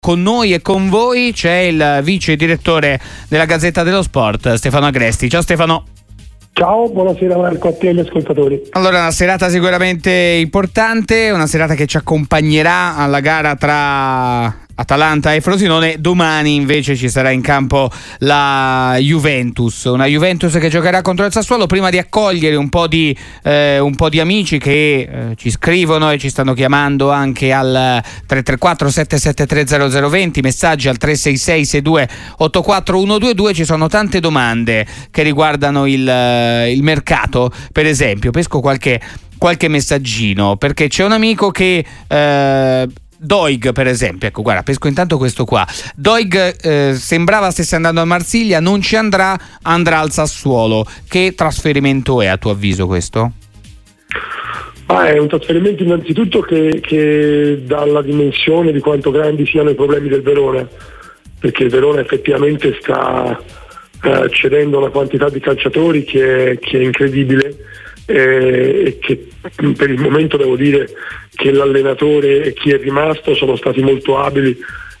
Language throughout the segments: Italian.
Con noi e con voi c'è il vice direttore della Gazzetta dello Sport, Stefano Agresti. Ciao Stefano. Ciao, buonasera Marco, a te e agli ascoltatori. Allora, una serata sicuramente importante, una serata che ci accompagnerà alla gara tra Atalanta e Frosinone. Domani invece ci sarà in campo la Juventus, una Juventus che giocherà contro il Sassuolo. Prima di accogliere un po' di amici che ci scrivono e ci stanno chiamando anche al 334 773 0020, messaggi al 366 62 84 122, ci sono tante domande che riguardano il mercato. Per esempio, pesco qualche messaggino, perché c'è un amico che Doig, per esempio, ecco, guarda, pesco intanto questo qua. Doig sembrava stesse andando a Marsiglia, non ci andrà al Sassuolo. Che trasferimento è a tuo avviso questo? È un trasferimento innanzitutto che dalla dimensione di quanto grandi siano i problemi del Verona, perché il Verona effettivamente sta cedendo una quantità di calciatori che è incredibile, e che per il momento devo dire che l'allenatore e chi è rimasto sono stati molto abili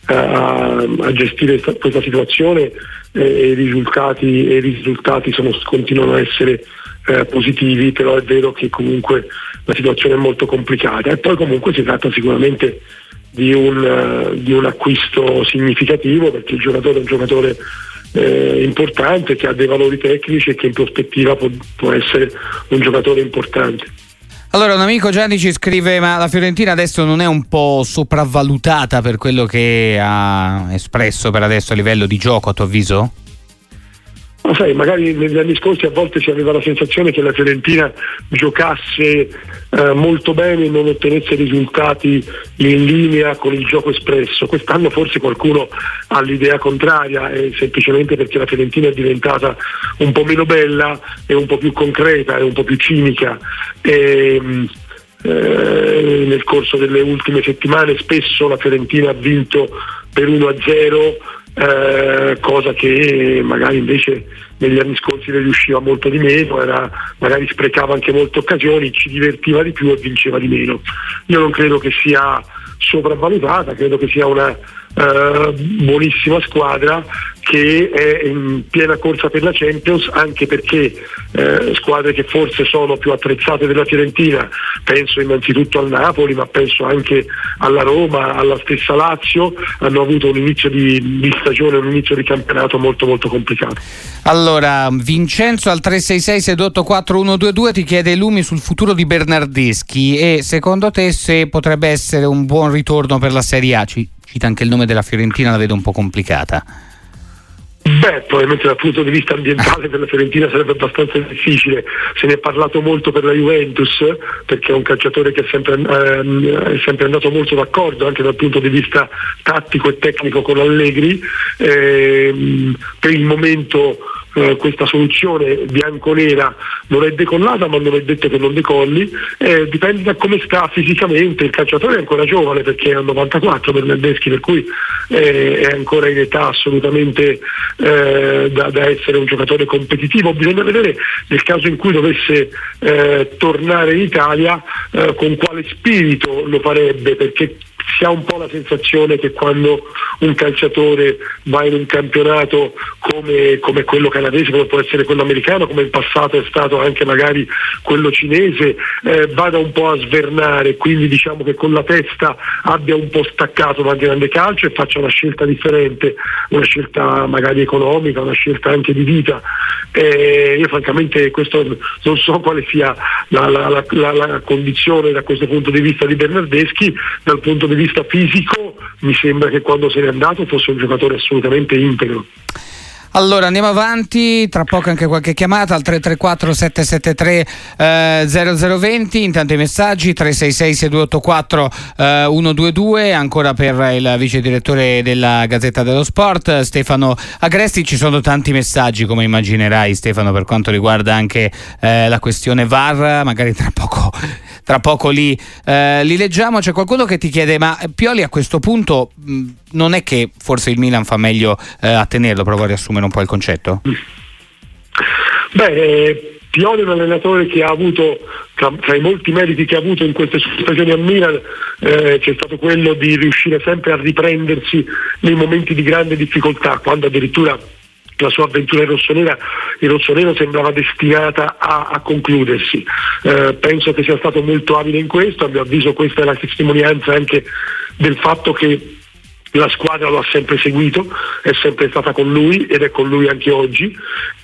a gestire questa situazione, e i risultati continuano a essere positivi, però è vero che comunque la situazione è molto complicata. E poi comunque si tratta sicuramente di un acquisto significativo, perché il giocatore è un giocatore importante, che ha dei valori tecnici e che in prospettiva può essere un giocatore importante. Allora, un amico Gianni ci scrive: ma la Fiorentina adesso non è un po' sopravvalutata per quello che ha espresso per adesso a livello di gioco, a tuo avviso? Ma sai, magari negli anni scorsi a volte si aveva la sensazione che la Fiorentina giocasse molto bene e non ottenesse risultati in linea con il gioco espresso. Quest'anno forse qualcuno ha l'idea contraria, semplicemente perché la Fiorentina è diventata un po' meno bella e un po' più concreta e un po' più cinica. Nel corso delle ultime settimane spesso la Fiorentina ha vinto per 1-0, cosa che magari invece negli anni scorsi ne riusciva molto di meno, magari sprecava anche molte occasioni, ci divertiva di più e vinceva di meno. Io non credo che sia sopravvalutata, credo che sia una buonissima squadra che è in piena corsa per la Champions, anche perché squadre che forse sono più attrezzate della Fiorentina, penso innanzitutto al Napoli, ma penso anche alla Roma, alla stessa Lazio, hanno avuto un inizio di stagione, un inizio di campionato molto molto complicato. Allora, Vincenzo al 366 684 122 ti chiede lumi sul futuro di Bernardeschi e secondo te se potrebbe essere un buon ritorno per la Serie A. Cita anche il nome della Fiorentina, la vedo un po' complicata. Probabilmente dal punto di vista ambientale per la Fiorentina sarebbe abbastanza difficile. Se ne è parlato molto per la Juventus, perché è un calciatore che è sempre andato molto d'accordo anche dal punto di vista tattico e tecnico con Allegri. Per il momento questa soluzione bianconera non è decollata, ma non è detto che non decolli, dipende da come sta fisicamente. Il calciatore è ancora giovane, perché è al 94 Bernardeschi, per cui è ancora in età assolutamente da essere un giocatore competitivo. Bisogna vedere nel caso in cui dovesse tornare in Italia con quale spirito lo farebbe, perché si ha un po' la sensazione che quando un calciatore va in un campionato come quello canadese, come può essere quello americano, come in passato è stato anche magari quello cinese, vada un po' a svernare, quindi diciamo che con la testa abbia un po' staccato dal grande calcio e faccia una scelta differente, una scelta magari economica, una scelta anche di vita. Io francamente questo non so quale sia la condizione da questo punto di vista di Bernardeschi. Dal punto di vista fisico mi sembra che quando se n'è andato fosse un giocatore assolutamente integro. Allora andiamo avanti, tra poco anche qualche chiamata al 334 773 0020, intanto i messaggi 366 6284 122, ancora per il vice direttore della Gazzetta dello Sport Stefano Agresti. Ci sono tanti messaggi, come immaginerai Stefano, per quanto riguarda anche la questione VAR, magari tra poco li leggiamo. C'è qualcuno che ti chiede: ma Pioli a questo punto non è che forse il Milan fa meglio a tenerlo? Provo a riassumere un po' il concetto. Pioli è un allenatore che ha avuto, tra i molti meriti che ha avuto in queste stagioni a Milan, c'è stato quello di riuscire sempre a riprendersi nei momenti di grande difficoltà, quando addirittura la sua avventura in rossonero sembrava destinata a concludersi. Penso che sia stato molto abile in questo, a mio avviso questa è la testimonianza anche del fatto che la squadra lo ha sempre seguito, è sempre stata con lui ed è con lui anche oggi,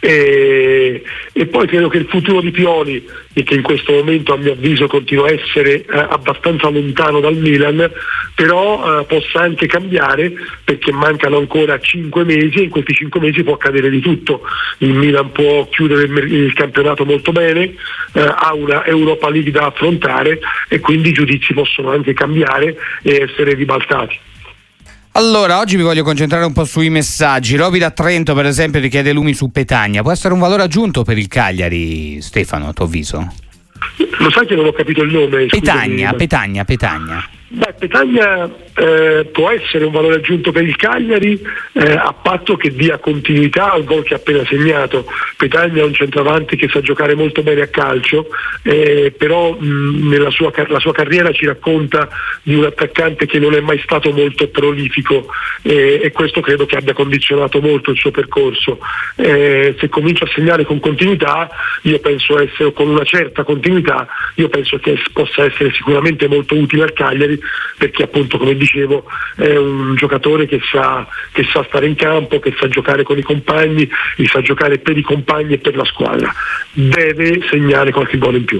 e poi credo che il futuro di Pioli, che in questo momento a mio avviso continua a essere abbastanza lontano dal Milan, però possa anche cambiare, perché mancano ancora 5 mesi e in questi 5 mesi può accadere di tutto. Il Milan può chiudere il campionato molto bene, ha una Europa League da affrontare e quindi i giudizi possono anche cambiare e essere ribaltati. Allora, oggi mi voglio concentrare un po' sui messaggi. Roby da Trento, per esempio, richiede lumi su Petagna. Può essere un valore aggiunto per il Cagliari, Stefano, a tuo avviso? Lo sai che non ho capito il nome? Petagna. Beh, Petagna può essere un valore aggiunto per il Cagliari, a patto che dia continuità al gol che ha appena segnato. Petagna è un centravanti che sa giocare molto bene a calcio, però la sua carriera ci racconta di un attaccante che non è mai stato molto prolifico, e questo credo che abbia condizionato molto il suo percorso. Se comincia a segnare con continuità, con una certa continuità, io penso che possa essere sicuramente molto utile al Cagliari, perché appunto, come dicevo, è un giocatore che sa stare in campo, che sa giocare con i compagni, sa giocare per i compagni e per la squadra. Deve segnare qualche gol in più.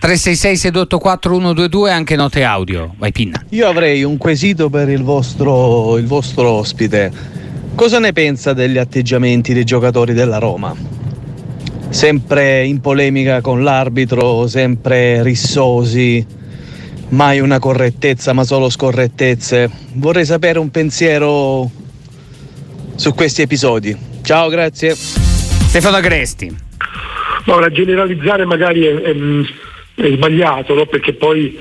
366-684-122, anche note audio. Vai Pinna. Io avrei un quesito per il vostro ospite. Cosa ne pensa degli atteggiamenti dei giocatori della Roma? Sempre in polemica con l'arbitro, sempre rissosi, mai una correttezza ma solo scorrettezze. Vorrei sapere un pensiero su questi episodi. Ciao, grazie. Stefano Agresti. Ora, generalizzare magari è sbagliato, no? Perché poi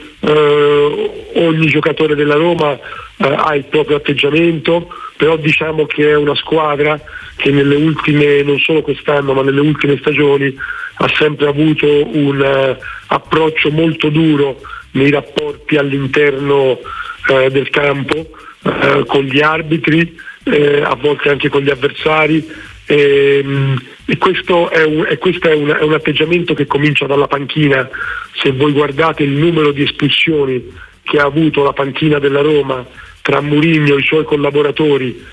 ogni giocatore della Roma ha il proprio atteggiamento, però diciamo che è una squadra che nelle ultime, non solo quest'anno ma nelle ultime stagioni, ha sempre avuto un approccio molto duro nei rapporti all'interno del campo, con gli arbitri, a volte anche con gli avversari, e questo è un atteggiamento che comincia dalla panchina. Se voi guardate il numero di espulsioni che ha avuto la panchina della Roma tra Mourinho e i suoi collaboratori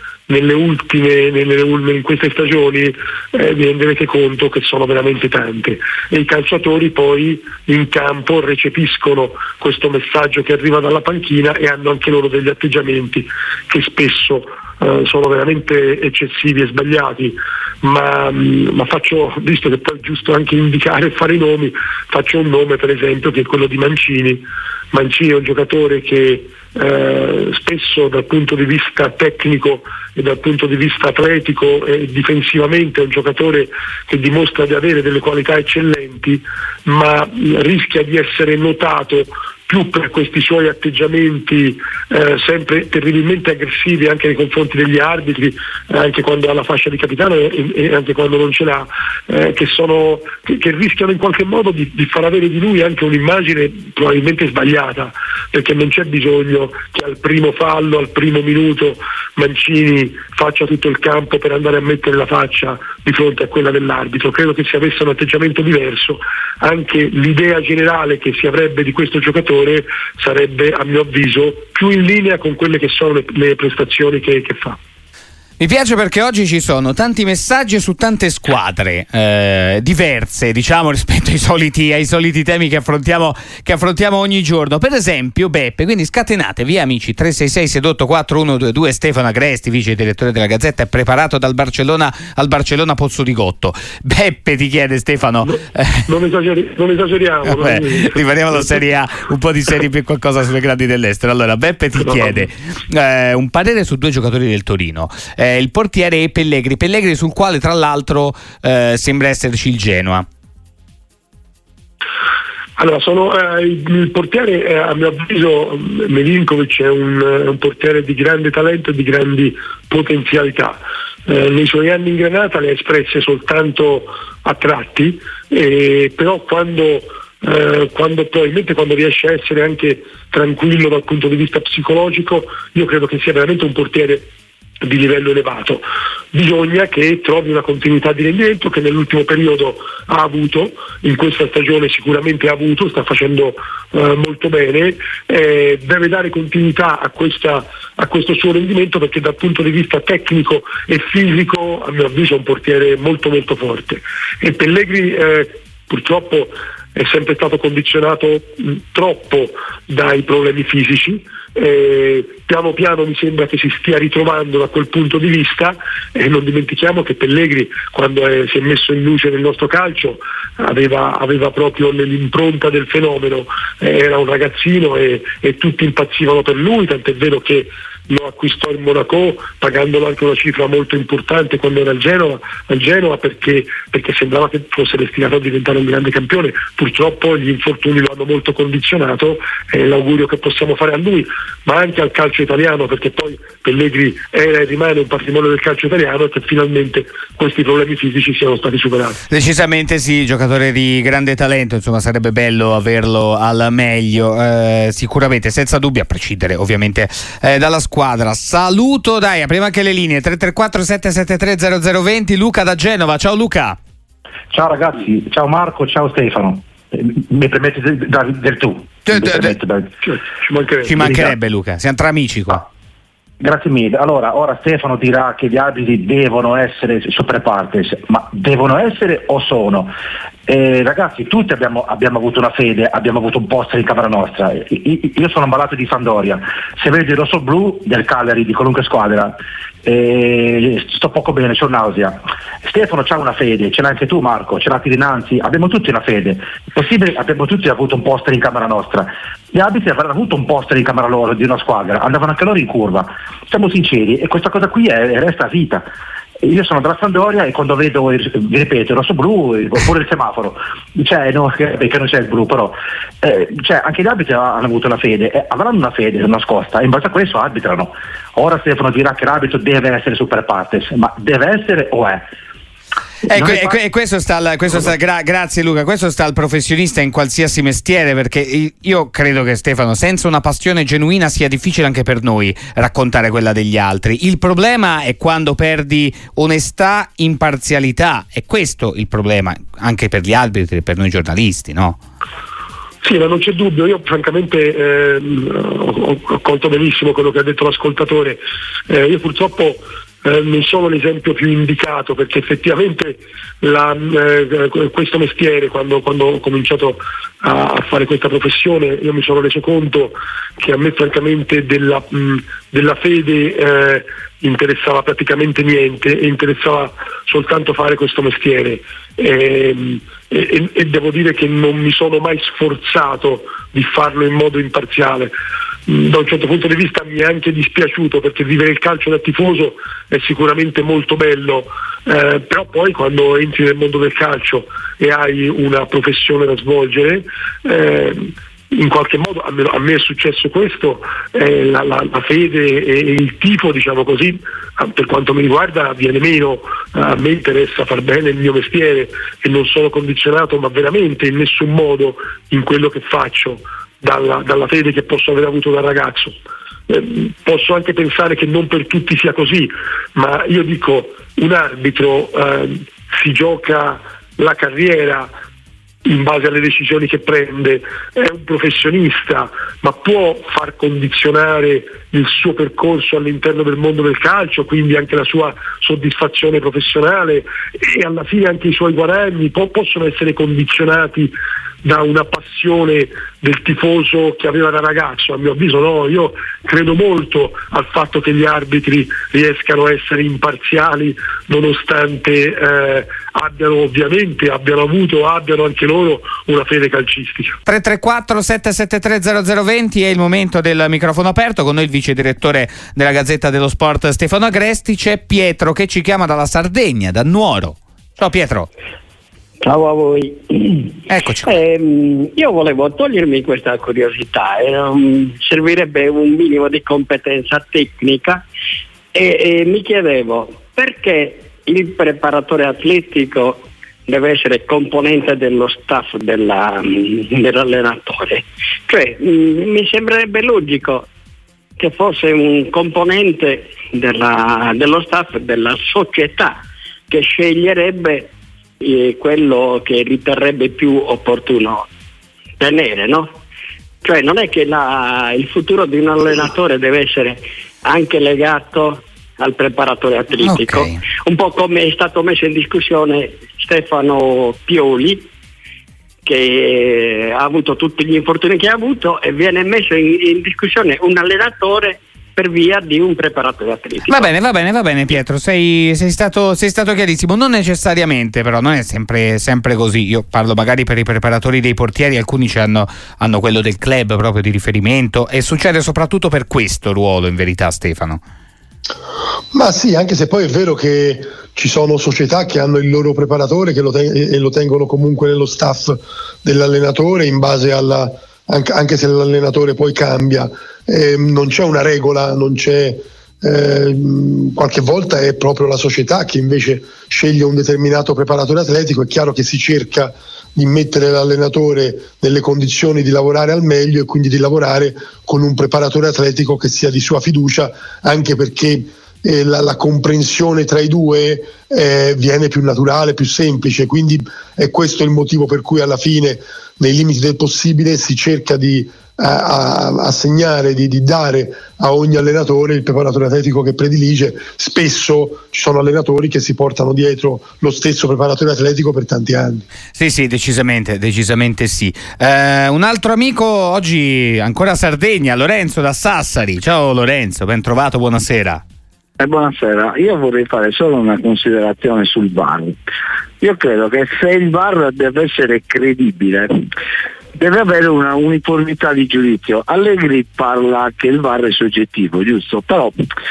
in queste stagioni, vi renderete conto che sono veramente tante, e i calciatori poi in campo recepiscono questo messaggio che arriva dalla panchina e hanno anche loro degli atteggiamenti che spesso sono veramente eccessivi e sbagliati, ma faccio, visto che poi è giusto anche indicare e fare i nomi, faccio un nome per esempio che è quello di Mancini. Mancini è un giocatore che spesso dal punto di vista tecnico e dal punto di vista atletico e difensivamente è un giocatore che dimostra di avere delle qualità eccellenti, ma rischia di essere notato più per questi suoi atteggiamenti sempre terribilmente aggressivi anche nei confronti degli arbitri, anche quando ha la fascia di capitano e anche quando non ce l'ha, che rischiano in qualche modo di far avere di lui anche un'immagine probabilmente sbagliata, perché non c'è bisogno che al primo fallo, al primo minuto, Mancini faccia tutto il campo per andare a mettere la faccia di fronte a quella dell'arbitro. Credo che se avesse un atteggiamento diverso, anche l'idea generale che si avrebbe di questo giocatore sarebbe, a mio avviso, più in linea con quelle che sono le prestazioni che fa. Mi piace perché oggi ci sono tanti messaggi su tante squadre diverse, diciamo, rispetto ai soliti temi che affrontiamo ogni giorno. Per esempio Beppe, quindi scatenatevi amici, 366-684-122. Stefano Agresti, vice direttore della Gazzetta, è preparato dal Barcellona al Barcellona Pozzolligotto. Beppe ti chiede, Stefano, non esageriamo, vabbè, rimaniamo alla Serie A, un po' di Serie B, qualcosa sulle grandi dell'estero. Allora Beppe ti chiede un parere su due giocatori del Torino, il portiere e Pellegrini, sul quale tra l'altro sembra esserci il Genoa. Allora, il portiere, a mio avviso, Milinkovic è un portiere di grande talento e di grandi potenzialità. Nei suoi anni in Granata le ha espresse soltanto a tratti, però quando probabilmente quando riesce a essere anche tranquillo dal punto di vista psicologico, io credo che sia veramente un portiere di livello elevato. Bisogna che trovi una continuità di rendimento che nell'ultimo periodo ha avuto, in questa stagione sicuramente ha avuto, sta facendo molto bene, deve dare continuità a questo suo rendimento, perché dal punto di vista tecnico e fisico a mio avviso è un portiere molto molto forte. E Pellegrini purtroppo è sempre stato condizionato troppo dai problemi fisici. Piano piano mi sembra che si stia ritrovando da quel punto di vista, e non dimentichiamo che Pellegrini, quando si è messo in luce nel nostro calcio, aveva proprio l'impronta del fenomeno, era un ragazzino e tutti impazzivano per lui, tant'è vero che lo acquistò il Monaco pagandolo anche una cifra molto importante quando era al Genoa perché sembrava che fosse destinato a diventare un grande campione. Purtroppo gli infortuni lo hanno molto condizionato, l'augurio che possiamo fare a lui ma anche al calcio italiano, perché poi Pellegrini era e rimane un patrimonio del calcio italiano, e che finalmente questi problemi fisici siano stati superati. Decisamente sì, giocatore di grande talento, insomma sarebbe bello averlo al meglio, sicuramente, senza dubbio, a prescindere ovviamente dalla squadra. Saluto, dai, apriamo anche le linee. 334 773 0020. Luca da Genova. Ciao Luca. Ciao ragazzi, ciao Marco, ciao Stefano. Mi permetti del tu? Ci mancherebbe Luca, siamo tra amici qua. Grazie mille. Allora, ora Stefano dirà che gli arbitri devono essere super partes, ma devono essere o sono? Ragazzi, tutti abbiamo avuto una fede, abbiamo avuto un poster in camera nostra. Io sono ammalato di Sampdoria. Se vedo il rosso-blu del Cagliari, di qualunque squadra, sto poco bene, c'ho nausea. Stefano c'ha una fede, ce l'ha anche tu Marco, ce l'ha Pirinanzi, abbiamo tutti una fede. Possibile, abbiamo tutti avuto un poster in camera nostra. Gli arbitri avranno avuto un poster in camera loro di una squadra, andavano anche loro in curva. Siamo sinceri, e questa cosa qui resta a vita. Io sono della Sampdoria e quando vedo, vi ripeto, il rosso-blu oppure il semaforo, perché non c'è il blu, però anche gli arbitri hanno avuto una fede, avranno una fede nascosta e in base a questo arbitrano. Ora Stefano dirà che l'arbitro deve essere super partes, ma deve essere o è? Questo sta grazie Luca, questo sta al professionista in qualsiasi mestiere, perché io credo che Stefano, senza una passione genuina sia difficile anche per noi raccontare quella degli altri. Il problema è quando perdi onestà, imparzialità, è questo il problema anche per gli arbitri e per noi giornalisti, no? Sì, ma non c'è dubbio, io francamente ho colto benissimo quello che ha detto l'ascoltatore. Io purtroppo non sono l'esempio più indicato, perché effettivamente questo mestiere, quando ho cominciato a fare questa professione, io mi sono reso conto che a me francamente della fede interessava praticamente niente, e interessava soltanto fare questo mestiere, e devo dire che non mi sono mai sforzato di farlo in modo imparziale. Da un certo punto di vista mi è anche dispiaciuto, perché vivere il calcio da tifoso è sicuramente molto bello, però poi quando entri nel mondo del calcio e hai una professione da svolgere, in qualche modo a me è successo questo, la fede e il tifo, diciamo così, per quanto mi riguarda viene meno. A me interessa far bene il mio mestiere e non sono condizionato, ma veramente in nessun modo, in quello che faccio dalla fede che posso aver avuto da ragazzo. Posso anche pensare che non per tutti sia così, ma io dico, un arbitro si gioca la carriera in base alle decisioni che prende, è un professionista, ma può far condizionare il suo percorso all'interno del mondo del calcio, quindi anche la sua soddisfazione professionale e alla fine anche i suoi guadagni possono essere condizionati da una passione del tifoso che aveva da ragazzo. A mio avviso no, io credo molto al fatto che gli arbitri riescano a essere imparziali, nonostante abbiano anche loro una fede calcistica. 334 773 0020 è il momento del microfono aperto, con noi il vice direttore della Gazzetta dello Sport Stefano Agresti. C'è Pietro che ci chiama dalla Sardegna, da Nuoro. Ciao Pietro. Ciao a voi. Eccoci. Io volevo togliermi questa curiosità, servirebbe un minimo di competenza tecnica e mi chiedevo perché il preparatore atletico deve essere componente dello staff dell'allenatore. Cioè, mi sembrerebbe logico che fosse un componente dello staff della società che sceglierebbe quello che riterrebbe più opportuno tenere, no? Cioè non è che il futuro di un allenatore deve essere anche legato al preparatore atletico, Okay. un po' come è stato messo in discussione Stefano Pioli, che ha avuto tutti gli infortuni che ha avuto, e viene messo in discussione un allenatore per via di un preparatore atletico. Va bene Pietro, sei stato chiarissimo. Non necessariamente, però non è sempre così. Io parlo magari per i preparatori dei portieri, alcuni hanno quello del club proprio di riferimento, e succede soprattutto per questo ruolo, in verità, Stefano. Ma sì, anche se poi è vero che ci sono società che hanno il loro preparatore e lo tengono comunque nello staff dell'allenatore in base anche se l'allenatore poi cambia, non c'è una regola, non c'è qualche volta è proprio la società che invece sceglie un determinato preparatore atletico. È chiaro che si cerca di mettere l'allenatore nelle condizioni di lavorare al meglio e quindi di lavorare con un preparatore atletico che sia di sua fiducia, anche perché la comprensione tra i due viene più naturale, più semplice. Quindi è questo il motivo per cui alla fine, nei limiti del possibile, si cerca di assegnare, di dare a ogni allenatore il preparatore atletico che predilige. Spesso ci sono allenatori che si portano dietro lo stesso preparatore atletico per tanti anni. Sì, decisamente sì. Un altro amico oggi ancora a Sardegna, Lorenzo da Sassari. Ciao Lorenzo, ben trovato, buonasera. Buonasera, io vorrei fare solo una considerazione sul VAR. Io credo che se il VAR deve essere credibile, deve avere una uniformità di giudizio. Allegri parla che il VAR è soggettivo, giusto? Però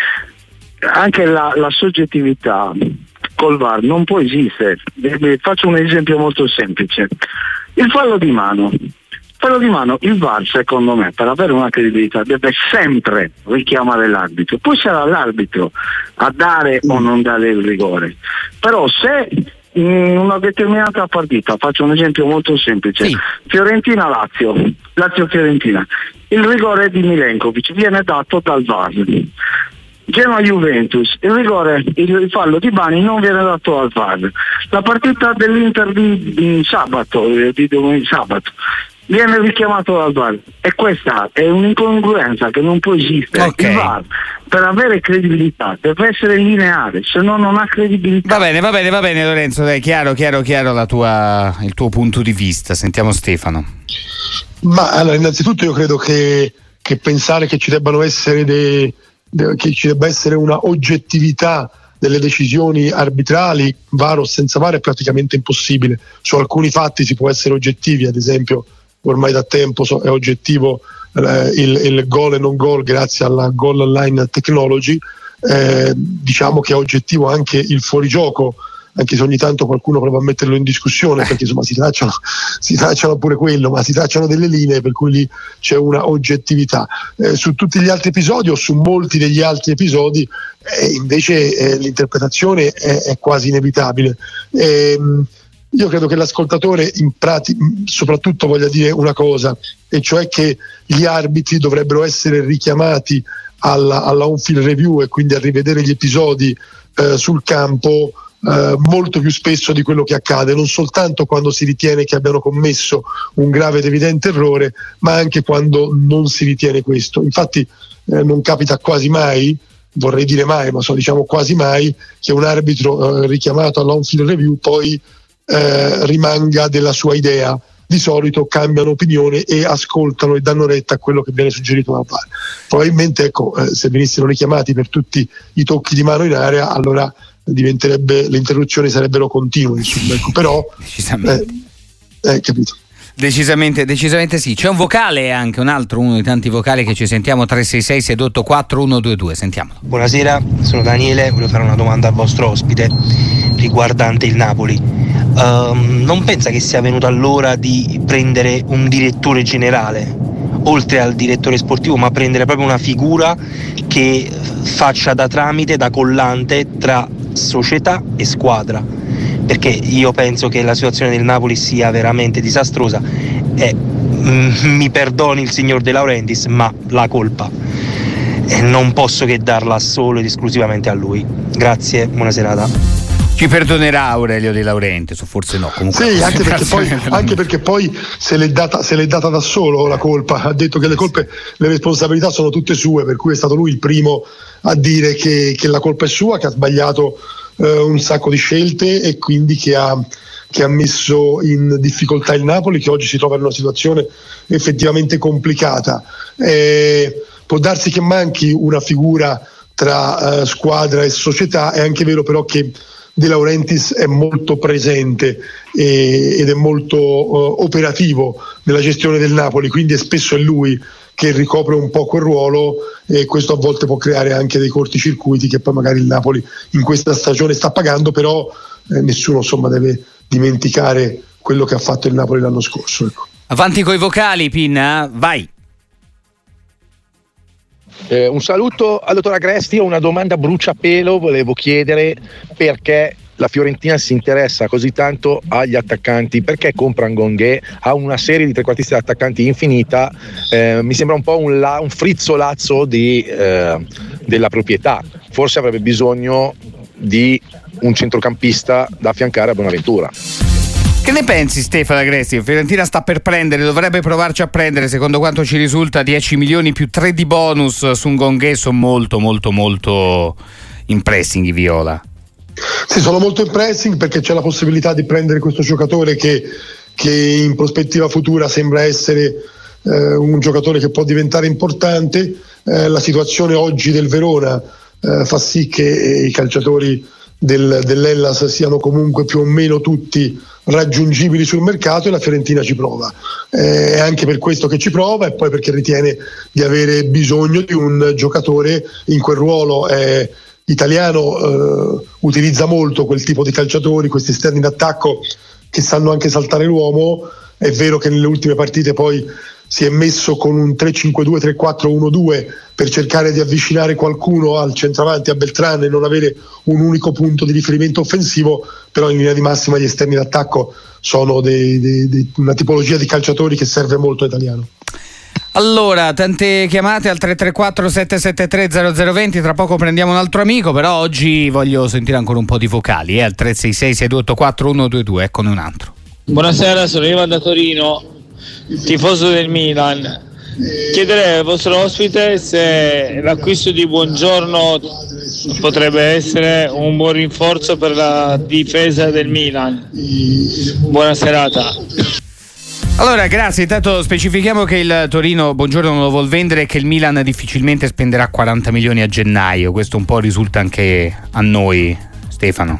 anche la soggettività col VAR non può esistere. Faccio un esempio molto semplice. Il fallo di mano, il VAR, secondo me, per avere una credibilità, deve sempre richiamare l'arbitro. Poi sarà l'arbitro a dare o non dare il rigore. Però se in una determinata partita, faccio un esempio molto semplice, sì. Lazio-Fiorentina, il rigore di Milenkovic viene dato dal VAR. Genoa-Juventus, il fallo di Bani non viene dato al VAR. La partita dell'Inter di sabato viene richiamato dal VAR, e questa è un'incongruenza che non può esistere. Okay. Il VAR, per avere credibilità, deve essere lineare, se no non ha credibilità. Va bene Lorenzo, dai, chiaro il tuo punto di vista. Sentiamo Stefano. Ma allora, innanzitutto io credo che pensare che ci debba essere una oggettività delle decisioni arbitrali, VAR o senza VAR, è praticamente impossibile. Su alcuni fatti si può essere oggettivi, ad esempio ormai da tempo è oggettivo il gol e non gol grazie alla goal line technology. Diciamo che è oggettivo anche il fuorigioco, anche se ogni tanto qualcuno prova a metterlo in discussione, perché insomma si tracciano pure quello, ma si tracciano delle linee per cui lì c'è una oggettività. Su tutti gli altri episodi, o su molti degli altri episodi, invece l'interpretazione è quasi inevitabile. Io credo che l'ascoltatore soprattutto voglia dire una cosa, e cioè che gli arbitri dovrebbero essere richiamati alla on-field review e quindi a rivedere gli episodi sul campo molto più spesso di quello che accade, non soltanto quando si ritiene che abbiano commesso un grave ed evidente errore, ma anche quando non si ritiene questo. Infatti non capita quasi mai, vorrei dire mai, ma diciamo quasi mai, che un arbitro richiamato alla on-field review poi rimanga della sua idea. Di solito cambiano opinione e ascoltano e danno retta a quello che viene suggerito da VAR. Probabilmente se venissero richiamati per tutti i tocchi di mano in area, allora le interruzioni sarebbero continue, però capito. Decisamente sì. C'è un vocale, anche uno dei tanti vocali che ci sentiamo, 366 688 4122. Sentiamolo. Buonasera, sono Daniele, voglio fare una domanda al vostro ospite riguardante il Napoli. non pensa che sia venuta l'ora di prendere un direttore generale, oltre al direttore sportivo, ma prendere proprio una figura che faccia da tramite, da collante tra società e squadra, perché io penso che la situazione del Napoli sia veramente disastrosa e mi perdoni il signor De Laurentiis, ma la colpa non posso che darla solo ed esclusivamente a lui. Grazie, buona serata. Ci perdonerà Aurelio De Laurentiis, o forse no, comunque. Sì, anche perché poi se l'è data da solo la colpa. Ha detto che le responsabilità sono tutte sue, per cui è stato lui il primo a dire che la colpa è sua, che ha sbagliato un sacco di scelte e quindi che ha messo in difficoltà il Napoli, che oggi si trova in una situazione effettivamente complicata. Può darsi che manchi una figura tra squadra e società, è anche vero però che De Laurentiis è molto presente ed è molto operativo nella gestione del Napoli, quindi spesso è lui che ricopre un po' quel ruolo, e questo a volte può creare anche dei corticircuiti che poi magari il Napoli in questa stagione sta pagando, però nessuno insomma deve dimenticare quello che ha fatto il Napoli l'anno scorso. Ecco. Avanti coi vocali, Pinna, vai. Un saluto al dottor Agresti. Ho una domanda bruciapelo, volevo chiedere perché la Fiorentina si interessa così tanto agli attaccanti, perché compra Ngongué, ha una serie di trequartisti attaccanti infinita, mi sembra un po' un frizzolazzo della proprietà, forse avrebbe bisogno di un centrocampista da affiancare a Bonaventura. Che ne pensi, Stefano Agresti? Fiorentina sta per prendere, dovrebbe provarci a prendere, secondo quanto ci risulta, 10 milioni più 3 di bonus su Ngongué. Sono molto molto molto in pressing i viola. Sì, sono molto in pressing perché c'è la possibilità di prendere questo giocatore che in prospettiva futura sembra essere un giocatore che può diventare importante. La situazione oggi del Verona fa sì che i calciatori dell'Hellas siano comunque più o meno tutti raggiungibili sul mercato, e la Fiorentina ci prova. È anche per questo che ci prova, e poi perché ritiene di avere bisogno di un giocatore in quel ruolo. Italiano utilizza molto quel tipo di calciatori, questi esterni d'attacco che sanno anche saltare l'uomo. È vero che nelle ultime partite poi si è messo con un 3-5-2, 3-4-1-2 per cercare di avvicinare qualcuno al centravanti, a Beltrán, e non avere un unico punto di riferimento offensivo, però in linea di massima gli esterni d'attacco sono una tipologia di calciatori che serve molto Italiano. Allora, tante chiamate al 334 773 0020, tra poco prendiamo un altro amico, però oggi voglio sentire ancora un po' di vocali, al 366 6284 122, eccone un altro. Buonasera, sono Ivan da Torino, tifoso del Milan. Chiederei al vostro ospite se l'acquisto di Buongiorno potrebbe essere un buon rinforzo per la difesa del Milan. Buona serata. Allora, grazie. Intanto specifichiamo che il Torino Buongiorno non lo vuol vendere e che il Milan difficilmente spenderà 40 milioni a gennaio. Questo un po' risulta anche a noi, Stefano.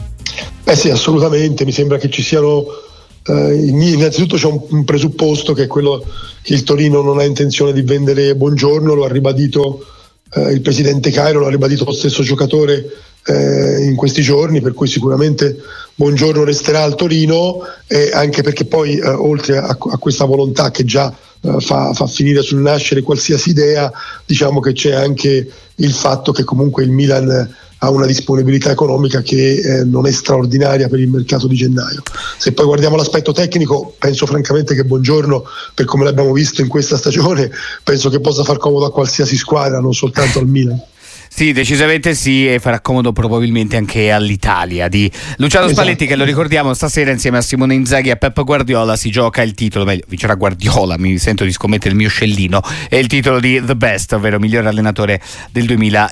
Sì, assolutamente. Mi sembra che ci siano innanzitutto c'è un presupposto, che è quello che il Torino non ha intenzione di vendere Buongiorno. Lo ha ribadito il presidente Cairo, lo ha ribadito lo stesso giocatore in questi giorni, per cui sicuramente Buongiorno resterà al Torino, anche perché poi oltre a questa volontà che già fa finire sul nascere qualsiasi idea, diciamo che c'è anche il fatto che comunque il Milan ha una disponibilità economica che non è straordinaria per il mercato di gennaio. Se poi guardiamo l'aspetto tecnico, penso francamente che Buongiorno, per come l'abbiamo visto in questa stagione, penso che possa far comodo a qualsiasi squadra, non soltanto al Milan. Sì, decisamente sì, e farà comodo probabilmente anche all'Italia di Luciano Spalletti, che lo ricordiamo stasera insieme a Simone Inzaghi e a Pep Guardiola si gioca il titolo, meglio vincerà Guardiola, mi sento di scommettere il mio scellino, è il titolo di The Best, ovvero miglior allenatore del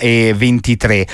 2023.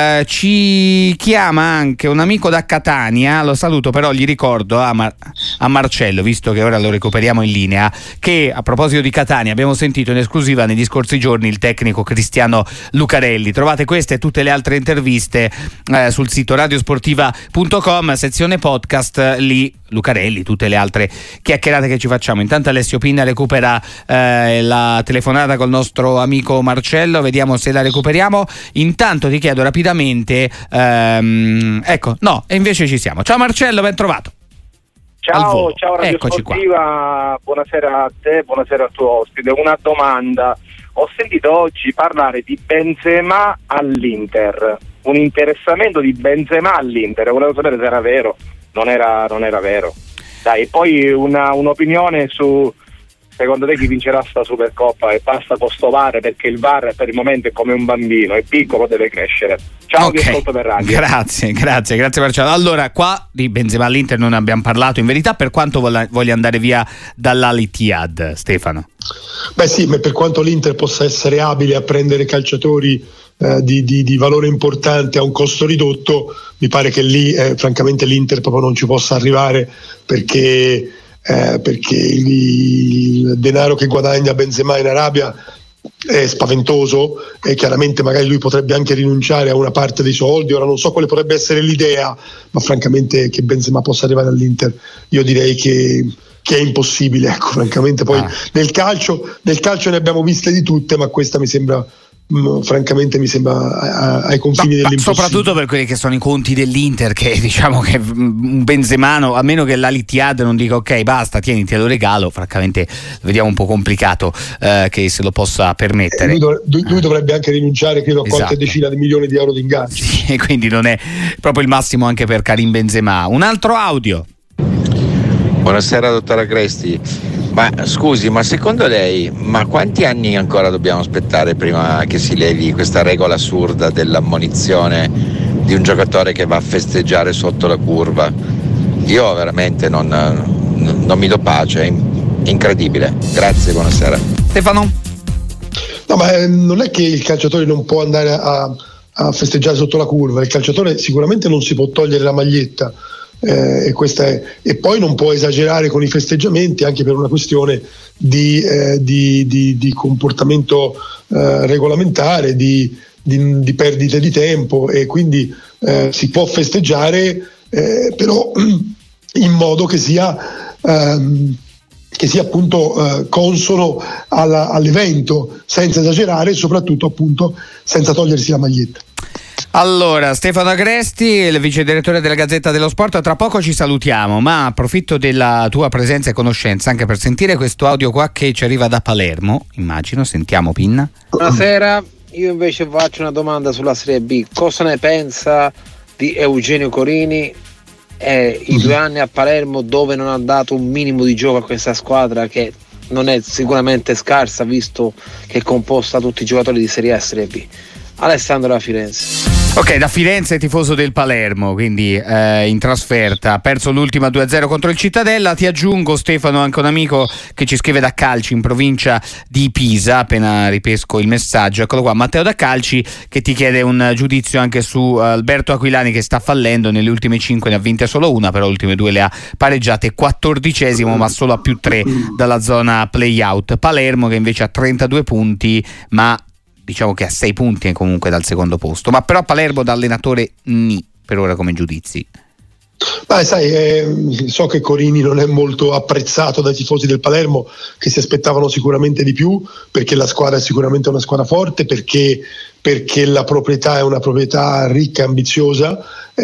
Ci chiama anche un amico da Catania, lo saluto, però gli ricordo a Marcello, visto che ora lo recuperiamo in linea, che a proposito di Catania abbiamo sentito in esclusiva negli scorsi giorni il tecnico Cristiano Lucarelli. Trovate queste e tutte le altre interviste sul sito radiosportiva.com, sezione podcast, lì Lucarelli, tutte le altre chiacchierate che ci facciamo. Intanto Alessio Pinna recupera la telefonata col nostro amico Marcello, vediamo se la recuperiamo. Intanto ti chiedo rapidamente, ecco, no, e invece ci siamo. Ciao Marcello, ben trovato. Ciao Radio Eccoci Sportiva, buonasera a te, buonasera al tuo ospite. Una domanda: ho sentito oggi parlare di Benzema all'Inter, un interessamento di Benzema all'Inter, volevo sapere se era vero. Non era vero. Dai, poi un'opinione su, secondo te chi vincerà sta Supercoppa? E basta con sto VAR, perché il VAR per il momento è come un bambino, è piccolo, deve crescere. Ciao, vi ascolto per radio. Grazie Marcello. Allora, qua di Benzema all'Inter non abbiamo parlato in verità. Per quanto voglia andare via dall'Al-Ittihad, Stefano? Beh sì, ma per quanto l'Inter possa essere abile a prendere calciatori di valore importante a un costo ridotto, mi pare che lì francamente l'Inter proprio non ci possa arrivare, perché il denaro che guadagna Benzema in Arabia è spaventoso e chiaramente magari lui potrebbe anche rinunciare a una parte dei soldi. Ora non so quale potrebbe essere l'idea, ma francamente che Benzema possa arrivare all'Inter io direi che è impossibile, ecco, francamente. Poi nel calcio ne abbiamo viste di tutte, ma questa mi sembra francamente ai confini dell'impossibile. Soprattutto per quelli che sono i conti dell'Inter, che diciamo che un Benzemano, a meno che l'Al-Ittihad non dica ok basta, tieniti, te lo regalo, francamente vediamo un po' complicato che se lo possa permettere. Lui dovrebbe anche rinunciare, credo, a qualche decina di milioni di euro di ingaggio. Sì, e quindi non è proprio il massimo anche per Karim Benzema. Un altro audio. Buonasera dottora Cresti, ma scusi, ma secondo lei quanti anni ancora dobbiamo aspettare prima che si levi questa regola assurda dell'ammonizione di un giocatore che va a festeggiare sotto la curva? Io veramente non mi do pace, è incredibile. Grazie, buonasera. Stefano? No, ma non è che il calciatore non può andare a festeggiare sotto la curva, il calciatore sicuramente non si può togliere la maglietta. E poi non può esagerare con i festeggiamenti, anche per una questione di comportamento regolamentare, di perdite di tempo, e quindi si può festeggiare però in modo che sia appunto consono all'evento, senza esagerare e soprattutto appunto senza togliersi la maglietta. Allora, Stefano Agresti, il vice direttore della Gazzetta dello Sport, tra poco ci salutiamo, ma approfitto della tua presenza e conoscenza anche per sentire questo audio qua che ci arriva da Palermo, immagino. Sentiamo, Pinna. Buonasera, io invece faccio una domanda sulla Serie B. Cosa ne pensa di Eugenio Corini e i 2 anni a Palermo dove non ha dato un minimo di gioco a questa squadra, che non è sicuramente scarsa visto che è composta da tutti i giocatori di Serie A e Serie B? Alessandro da Firenze. Ok, da Firenze, tifoso del Palermo, quindi in trasferta, ha perso l'ultima 2-0 contro il Cittadella. Ti aggiungo, Stefano, anche un amico che ci scrive da Calci, in provincia di Pisa, appena ripesco il messaggio, eccolo qua, Matteo da Calci, che ti chiede un giudizio anche su Alberto Aquilani, che sta fallendo. Nelle ultime 5 ne ha vinte solo una, però le ultime 2 le ha pareggiate. 14esimo, ma solo a +3 dalla zona play-out. Palermo che invece ha 32 punti, ma diciamo che ha 6 punti comunque dal secondo posto. Ma però Palermo da allenatore per ora come giudizi. Beh, sai, so che Corini non è molto apprezzato dai tifosi del Palermo, che si aspettavano sicuramente di più, perché la squadra è sicuramente una squadra forte, perché la proprietà è una proprietà ricca e ambiziosa,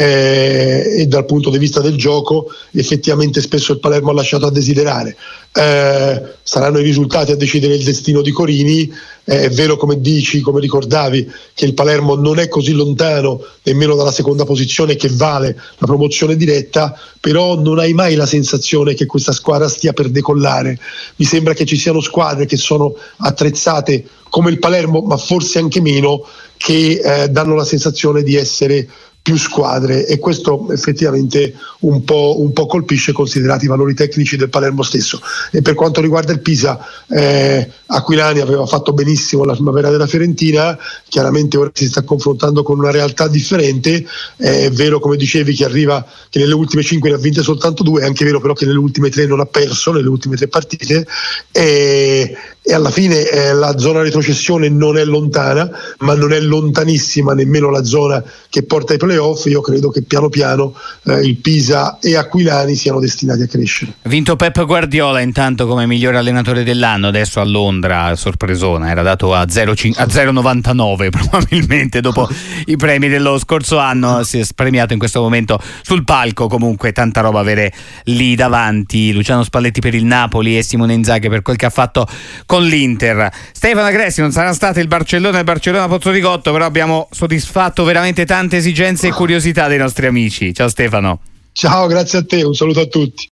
e dal punto di vista del gioco effettivamente spesso il Palermo ha lasciato a desiderare. Saranno i risultati a decidere il destino di Corini. È vero, come dici, come ricordavi, che il Palermo non è così lontano nemmeno dalla seconda posizione, che vale la promozione diretta, però non hai mai la sensazione che questa squadra stia per decollare. Mi sembra che ci siano squadre che sono attrezzate come il Palermo, ma forse anche meno, che danno la sensazione di essere più squadre, e questo effettivamente un po' colpisce, considerati i valori tecnici del Palermo stesso. E per quanto riguarda il Pisa, Aquilani aveva fatto benissimo la primavera della Fiorentina, chiaramente ora si sta confrontando con una realtà differente. È vero, come dicevi, che nelle ultime 5 ne ha vinte soltanto 2, è anche vero però che nelle ultime 3 non ha perso, nelle ultime 3 partite, e alla fine la zona retrocessione non è lontana, ma non è lontanissima nemmeno la zona che porta ai play-off, playoff, io credo che piano piano il Pisa e Aquilani siano destinati a crescere. Vinto Pep Guardiola intanto come miglior allenatore dell'anno, adesso a Londra, sorpresona, era dato a 0,99 probabilmente dopo i premi dello scorso anno, si è premiato in questo momento sul palco. Comunque tanta roba avere lì davanti Luciano Spalletti per il Napoli e Simone Inzaghi per quel che ha fatto con l'Inter. Stefano Agresti, non sarà stato il Barcellona Pozzoligotto, però abbiamo soddisfatto veramente tante esigenze e curiosità dei nostri amici. Ciao Stefano. Ciao, grazie a te, un saluto a tutti.